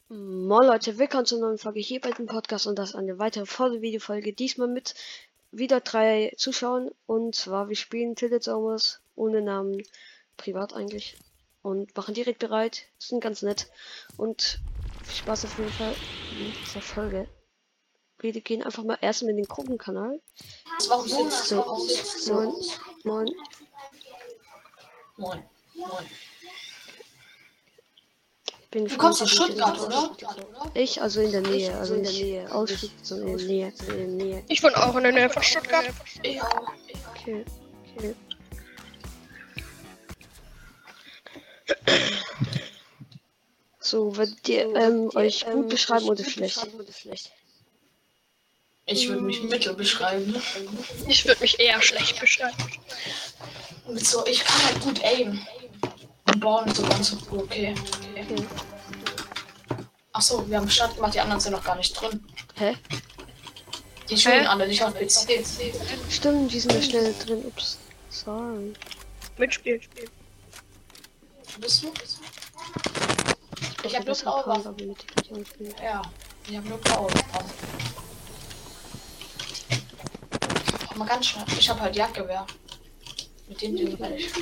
Moin Leute, willkommen zur neuen Folge hier bei dem Podcast und das eine weitere Videofolge. Diesmal mit wieder 3 Zuschauern und zwar wir spielen Tilted Zomers ohne Namen, privat eigentlich und machen direkt bereit. Sind ganz nett und viel Spaß auf jeden Fall mit dieser Folge. Wir gehen einfach mal erstmal in den Gruppenkanal. Moin. Du kommst aus Stuttgart, oder? Ich, also in der Nähe, also in der Nähe. Aus Stuttgart, sondern in der Nähe. Ich wohne auch in der Nähe von Stuttgart. Okay. So, würdet ihr euch gut beschreiben oder schlecht? Ich würde mich mittel beschreiben. Ich würde mich eher schlecht beschreiben. Mit so, ich kann halt gut aimen. Und bauen so ganz okay. Achso, wir haben Start gemacht, die anderen sind noch gar nicht drin. Hä? Die spielen alle nicht auf PC. Stimmt, die sind ja schnell drin. Ups. Sorry. Mitspiel. Wo bist du? Ich hab nur das blaue Account, Waffen. aber mit dem ich auch spiele. Ja, ich hab nur blaue Waffen. Brauch mal ganz schnell. Ich hab halt Jagdgewehr. Mit dem Ding werde ich.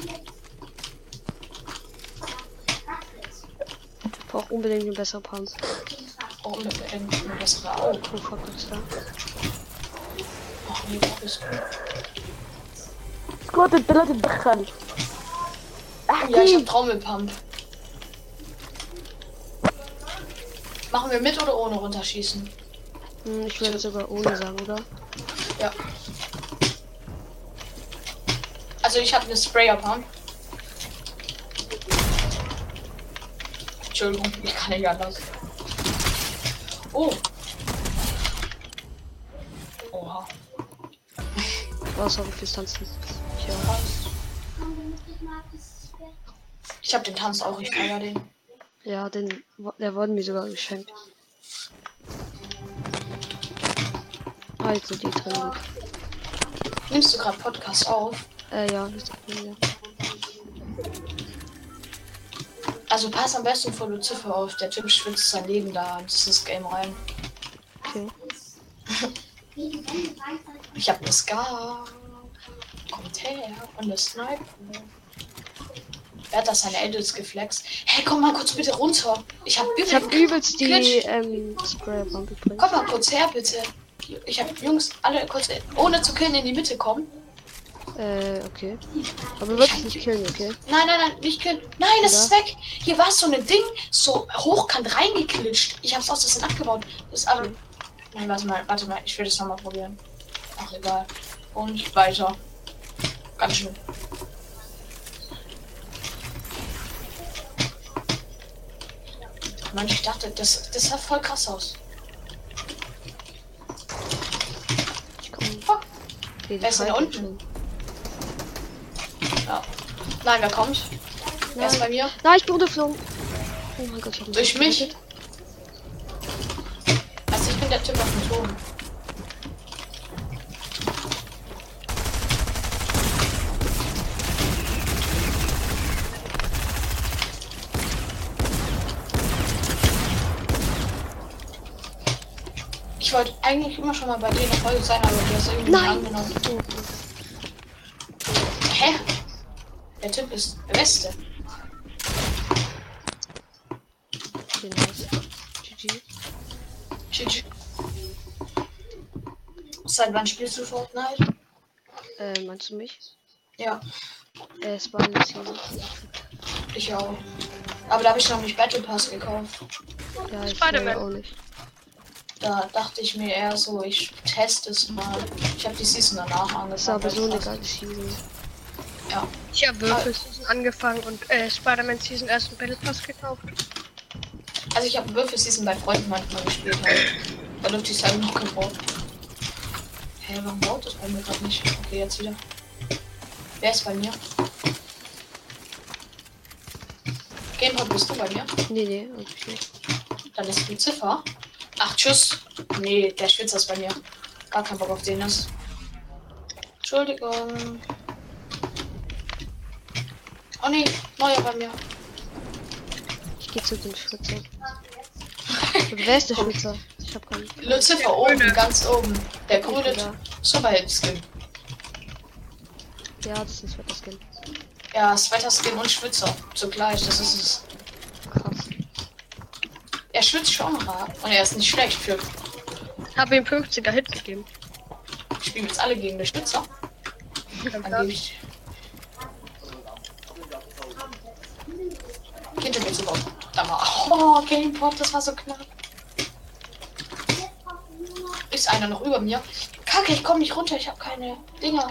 Ich brauche unbedingt eine bessere Pump. Oh, mit eine bessere Augen. Oh fuck, was ist da? Ach nee, das ist gut. Gott, der Leute dran. Ja, ich hab Trommelpump. Machen wir mit oder ohne runterschießen? Ich würde sogar ohne sagen, oder? Ja. Also ich habe eine Sprayer-Pump. Entschuldigung, ich kann nicht anders. Oh. Oha. Was auf fürs Tanzen? Ja. Ich habe den Tanz auch, ich feier den. Ja, der wurde mir sogar geschenkt. Also die drin. Nimmst du gerade Podcast auf? Ja, das ist ja. Also pass am besten vor Lucifer auf. Der Typ schwitzt sein Leben da in dieses Game rein. Okay. Ich hab eine Scar. Kommt her und eine Sniper. Wer hat das seine Edits geflext? Hey, komm mal kurz bitte runter. Ich hab übelst die Sprayer-Pump übrigens. Komm mal kurz her, bitte. Ich hab Jungs alle kurz ohne zu killen in die Mitte kommen. Okay. Aber wirklich nicht killen, okay? Nein, nicht killen. Nein, es ist weg. Hier war so ein Ding, so hochkant reingeklitscht. Ich hab's aus Versehen abgebaut. Das ist aber. Nein, warte mal. Ich will das nochmal probieren. Ach, egal. Und weiter. Ganz schön. Mann, ich dachte, das sah voll krass aus. Ich komme. Oh. Wer ist denn da unten? Ja. Nein, wer kommt? Wer ist bei mir? Nein, ich bin runtergeflogen. Oh mein Gott, ich hab Durch mich? Also ich bin der Typ auf dem Turm. Ich wollte eigentlich immer schon mal bei dir in der Folge sein, aber du hast irgendwie nicht angenommen. Hä? Der Typ ist der Beste. Okay, nice. GG. GG. Seit wann spielst du Fortnite? Meinst du mich? Ja, Es war ein bisschen. ich auch. Aber da habe ich noch nicht Battle Pass gekauft. Ja, ich Spider-Man. auch nicht. Da dachte ich mir eher so, ich teste es mal. Ich habe die Season danach Das ist aber angefangen. so eine geile Season. Ja. Ich habe Würfel Season angefangen und Spider-Man Season erst einen Battle Pass gekauft. Also ich habe Würfel Season bei Freunden manchmal gespielt. Halt. Da dürfte ich sagen noch gebaut. Hä, warum baut das bei mir gerade nicht? Okay, jetzt wieder. Wer ist bei mir? Gamepad, bist du bei mir? Nee, eigentlich nicht. Dann ist die Ziffer. Ach, tschüss. Nee, der Schwitzer ist bei mir. Gar kein Bock auf den ist. Entschuldigung. Oh nee, neuer bei mir. Ich gehe zu den Schritzen. Und wer ist der Schwitzer? Ich hab keinen. Lucifer oben, ganz oben. Der Okay, grüne da. Superheld-Skin. Ja, das ist das Skin. Ja, Sweater-Skin und Schwitzer. Zugleich, das ist es. Krass. Er schwitzt schon rar. Und er ist nicht schlecht für. Habe ihm 50er Hit gegeben. Spielen jetzt alle gegen den Schwitzer. Dann gebe ich. Hinter mir sogar. Da war. Oh, Gamepop, das war so knapp. Ist einer noch über mir? Kacke, ich komme nicht runter, ich habe keine Dinger.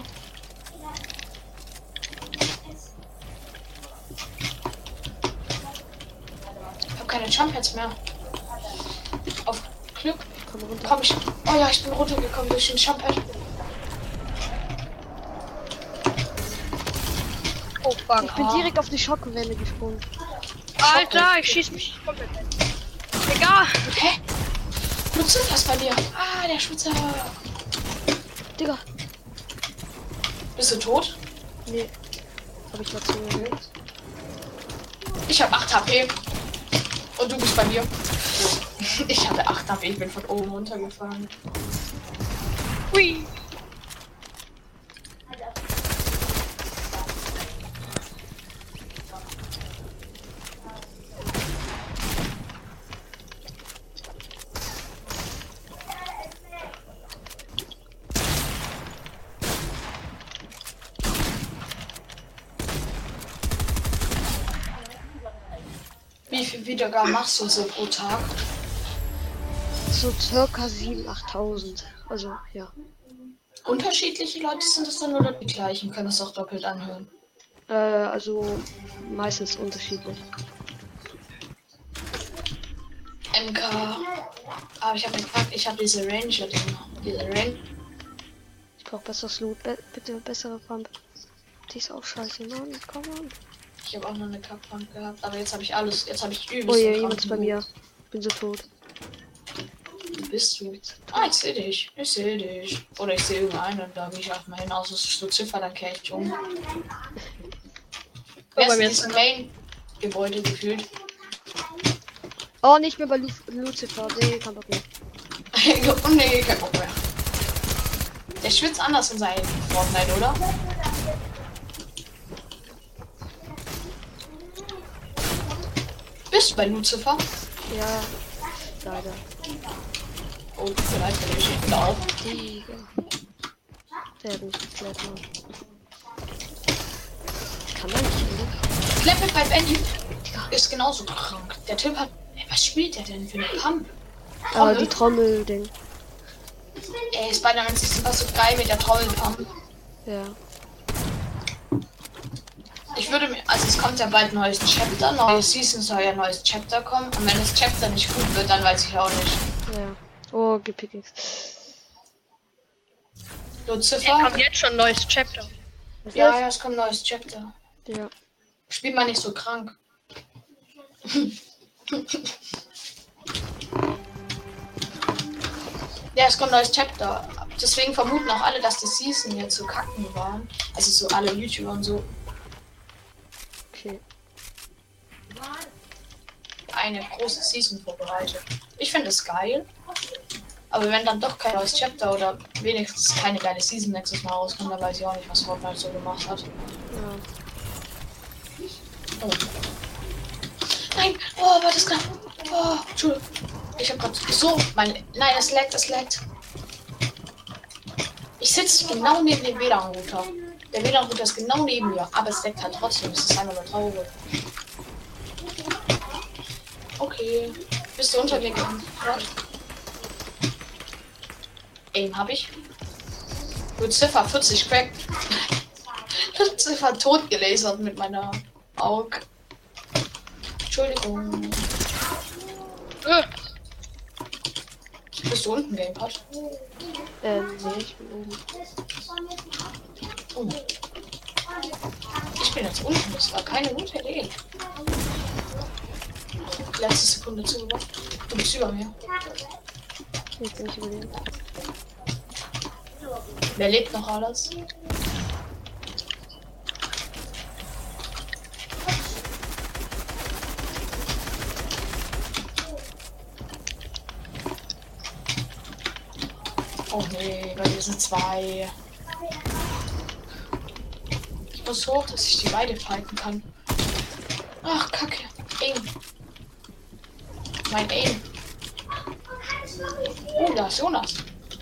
Ich habe keine Jump-Pads mehr. Auf Glück Komm runter. komm ich. Oh ja, ich bin runtergekommen durch den Jump-Pad. Oh fuck. Ich bin direkt auf die Schockenwelle gesprungen. Alter, ich schieß mich komplett weg. Egal. Hä? Lucifer ist bei dir. Ah, der Schwitzer. Digga. Bist du tot? Nee. Hab ich dazu gehört. Ich habe 8 HP. Und du bist bei mir. Ich hatte 8 HP, ich bin von oben runtergefahren. Hui. Wie viel Wiedergaben machst du so pro Tag? So circa 7.000, 8.000. Also, ja. Unterschiedliche Leute sind es dann oder die gleichen? Können es auch doppelt anhören. Also meistens unterschiedlich. MK. Aber ich habe gefragt, ich habe diese Ranger-Dinger. Diese Ranger. Ich brauch besseres Loot. Bitte bessere Pump. Die ist auch scheiße, Mann. Komm on. Ich habe auch noch eine Kampfbank gehabt, aber jetzt habe ich alles. Jetzt habe ich übelst. Oh je, den jemand ist bei kranken mir. Bin so tot. Wo bist du? Ah, ich sehe dich. Ich sehe dich. Oder ich sehe irgendeinen, da gehe ich auch mal hinaus. Das ist so Ziffer, da kehre ich um. Wer bei ist mir in diesem Main-Gebäude gefühlt? Oh, nicht mehr bei Lucifer. Nee, kein Bock mehr. Oh nee, kein Bock mehr. Der schwitzt anders in seinem Fortnite, oder? Bist du bei Lucifer? Ja, leider. Oh, vielleicht bin ich nicht auf. Digga. Der hat mich geklärt, Mann. Kann man nicht, oder? Kleppe bei Benny ist genauso krank. Der Typ hat. Ey, was spielt der denn für eine Pump? Aber die Trommel-Ding. Ey, Spider-Man ist immer so geil mit der Trommelpump. Ja. Ich würde mir. Also, es kommt ja bald ein neues Chapter. Neue Season soll ja ein neues Chapter kommen. Und wenn das Chapter nicht gut wird, dann weiß ich auch nicht. Ja. Oh, gepickt. Lucifer? Kommt jetzt schon ein neues Chapter. Ja, ja, es kommt ein neues Chapter. Ja. Spielt man nicht so krank. Ja, es kommt ein neues Chapter. Deswegen vermuten auch alle, dass die Season jetzt so kacken waren. Also so alle YouTuber und so. Okay. Eine große Season vorbereitet. Ich finde es geil. Aber wenn dann doch kein neues Chapter oder wenigstens keine geile Season nächstes Mal rauskommt, dann weiß ich auch nicht, was Fortnite so gemacht hat. Ja. Oh. Nein! Oh, war das knapp! Oh, Entschuldigung. Ich hab grad so mein. Nein, es laggt. Ich sitze genau neben dem WLAN-Router. Der WLAN-Router ist genau neben mir, aber es laggt halt trotzdem. Es ist einfach nur traurig. Okay. Bist du untergegangen? Ja. Aim hab ich. Lucifer 40 Crack. Lucifer tot gelasert mit meiner Auge. Entschuldigung. Bist du unten, Gamepad? Nee, ich bin oben. Oh. Ich bin jetzt unten, das war keine gute Idee. Letzte Sekunde zugemacht. Du bist über mir. Ich bin nicht überleben. Wer lebt noch alles? Oh nee, bei mir sind 2. Ich muss hoch, dass ich die beide fighten kann. Ach, Kacke. Aim. Mein Aim. Oh, da ist Jonas.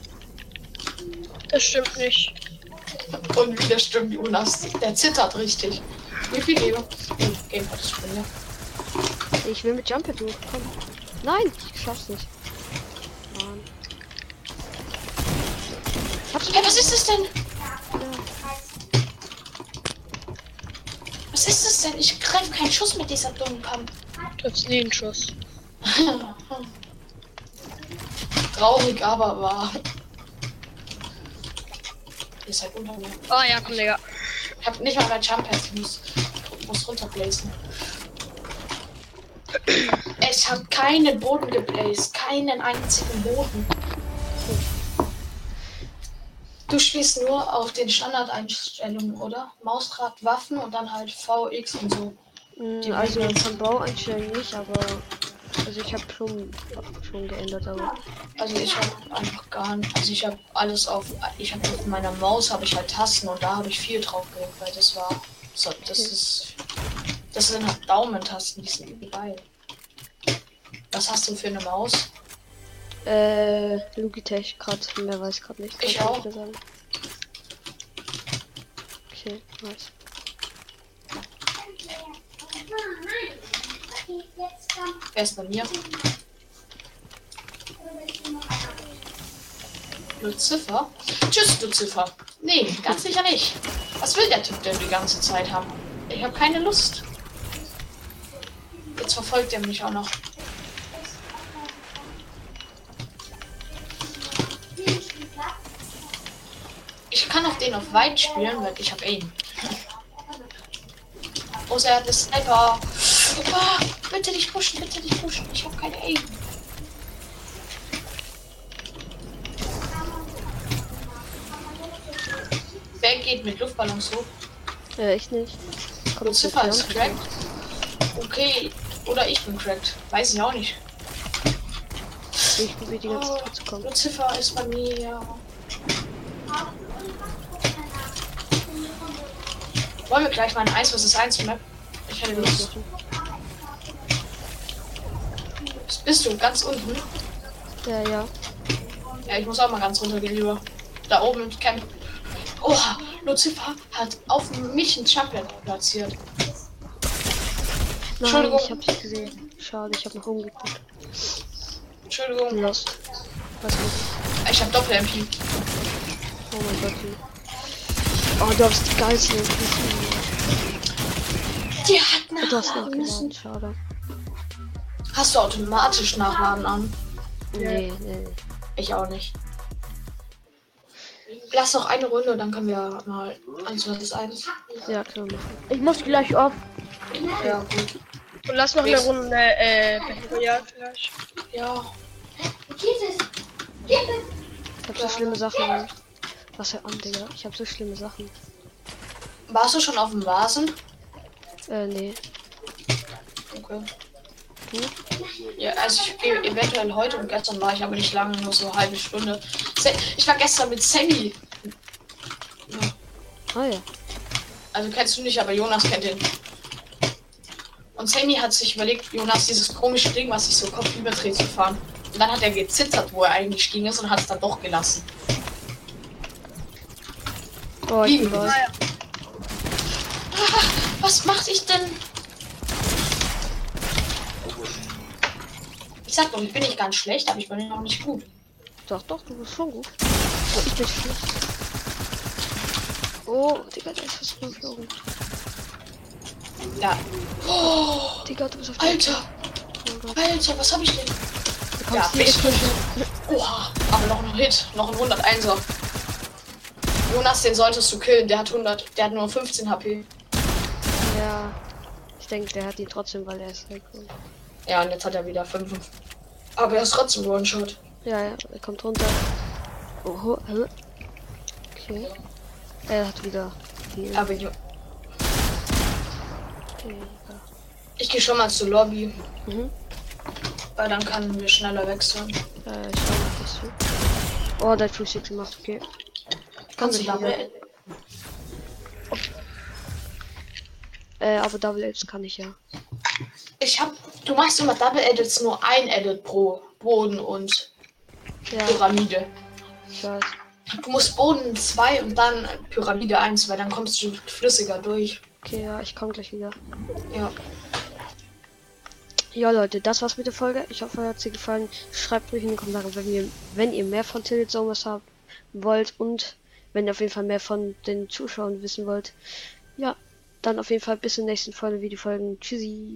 Das stimmt nicht. Und wieder stimmt Jonas. Der zittert richtig. Wie viel Leben? Game hat es schon, ja. Ich will mit Jumper durch. Komm. Nein, ich schaff's nicht. Mann. Hey, was ist das denn? Was ist das denn? Ich greife keinen Schuss mit dieser dummen Pump. Du hast nie einen Schuss. Traurig, aber wahr. Ihr seid unter mir. Oh ja, komm, Digga. Ich hab nicht mal mein Jump-Pad. Ich muss runterblazen. Ich hab keinen Boden geblazed. Keinen einzigen Boden. Du spielst nur auf den Standardeinstellungen, oder? Mausrad, Waffen und dann halt VX und so. Also von Baueinstellungen nicht, aber also ich habe schon geändert, aber Also ich habe einfach gar nicht. Also ich habe alles auf. Ich habe auf meiner Maus habe ich halt Tasten und da habe ich viel drauf gelegt, weil das war. So, das sind halt Daumentasten, die sind überall. Was hast du für eine Maus? Logitech gerade, mehr weiß gerade nicht. Ich Kann auch. wieder sagen. Okay, nice. Wer ist bei mir? Lucifer? Tschüss, Lucifer. Nee, ganz sicher nicht. Was will der Typ denn die ganze Zeit haben? Ich habe keine Lust. Jetzt verfolgt er mich auch noch. Ich kann auch den auf weit spielen, weil ich habe Aim. Oh, er hat eine Sniper. Ah, bitte nicht pushen, bitte nicht pushen. Ich habe keine Aim. Wer geht mit Luftballons hoch? Ich nicht. Kommt Lucifer mit ist cracked. Okay, oder ich bin cracked. Weiß ich auch nicht. Ich probiere die ganze Zeit zu kommen. Lucifer ist bei mir, ja. Wollen wir gleich mal ein 1 vs 1 Map? Ich hätte Lust. Bist du ganz unten? Ja. Ja, ich muss auch mal ganz runter gehen, lieber. Da oben im Camp. Oha, Lucifer hat auf mich ein Jump-Pad platziert. Nein, Entschuldigung. ich hab's gesehen. Schade, ich hab noch umgeguckt. Entschuldigung. Lost. Was mit? Ich hab Doppel-MP. Oh mein Gott. Oh, du hast die geilsten Impulsen. Die hat Du hast nachladen müssen. nachgeladen, schade. Hast du automatisch Nachladen an? Nee. Ich auch nicht. Lass noch eine Runde, dann können wir mal 1 vs 1. Ja, klar machen. Ich muss gleich auf. Ja, gut. Und lass noch eine Runde Battle Royale vielleicht. Ja. Ich hab so schlimme Sachen. Was für an, Digga? Ich hab so schlimme Sachen. Warst du schon auf dem Vasen? Nee. Okay. Du? Ja, also ich gehe eventuell heute und gestern war ich aber nicht lange, nur so eine halbe Stunde. Ich war gestern mit Sammy. Ja. Ah ja. Also kennst du nicht, aber Jonas kennt ihn. Und Sammy hat sich überlegt, Jonas dieses komische Ding, was sich so kopfüber dreht, zu fahren. Und dann hat er gezittert, wo er eigentlich ging ist und hat es dann doch gelassen. Oh, ich bin Liegen. raus. Ah, was mache ich denn? Ich sag doch, ich bin nicht ganz schlecht, aber ich bin auch nicht gut. Doch, du bist schon gut. Oh, ich bin schlecht. Oh, Digga, der ist fast geflogen. Ja. Oh, Digga, du bist auf Alter. Oh Gott. Alter, was habe ich denn? Du Ja, kommst nicht. Oha, aber noch ein Hit, noch ein 101er. Jonas, den solltest du killen, der hat 100, der hat nur 15 HP. Ja. Ich denke, der hat ihn trotzdem, weil er ist halt gut. Ja, und jetzt hat er wieder 5. Aber er ist trotzdem One-Shot. Ja, er kommt runter. Oh, okay. Er hat wieder viel. Aber Okay, ich gehe schon mal zur Lobby, Mhm. weil dann können wir schneller wechseln. Ich schau mal, was du. Oh, der hat Frühstück gemacht, okay. Kannst du gleich wieder. Double? Aber Double Edits kann ich ja. Du machst immer Double Edits, nur ein Edit pro Boden und Ja, Pyramide. ich weiß. Du musst Boden 2 und dann Pyramide 1, weil dann kommst du flüssiger durch. Okay, ja, ich komme gleich wieder. Ja. Ja, Leute, das war's mit der Folge. Ich hoffe, euch hat sie gefallen. Schreibt ruhig in die Kommentare, wenn ihr mehr von Tilted Zomers haben wollt und wenn ihr auf jeden Fall mehr von den Zuschauern wissen wollt. Ja, dann auf jeden Fall bis zur nächsten Folge, Videofolgen. Tschüssi.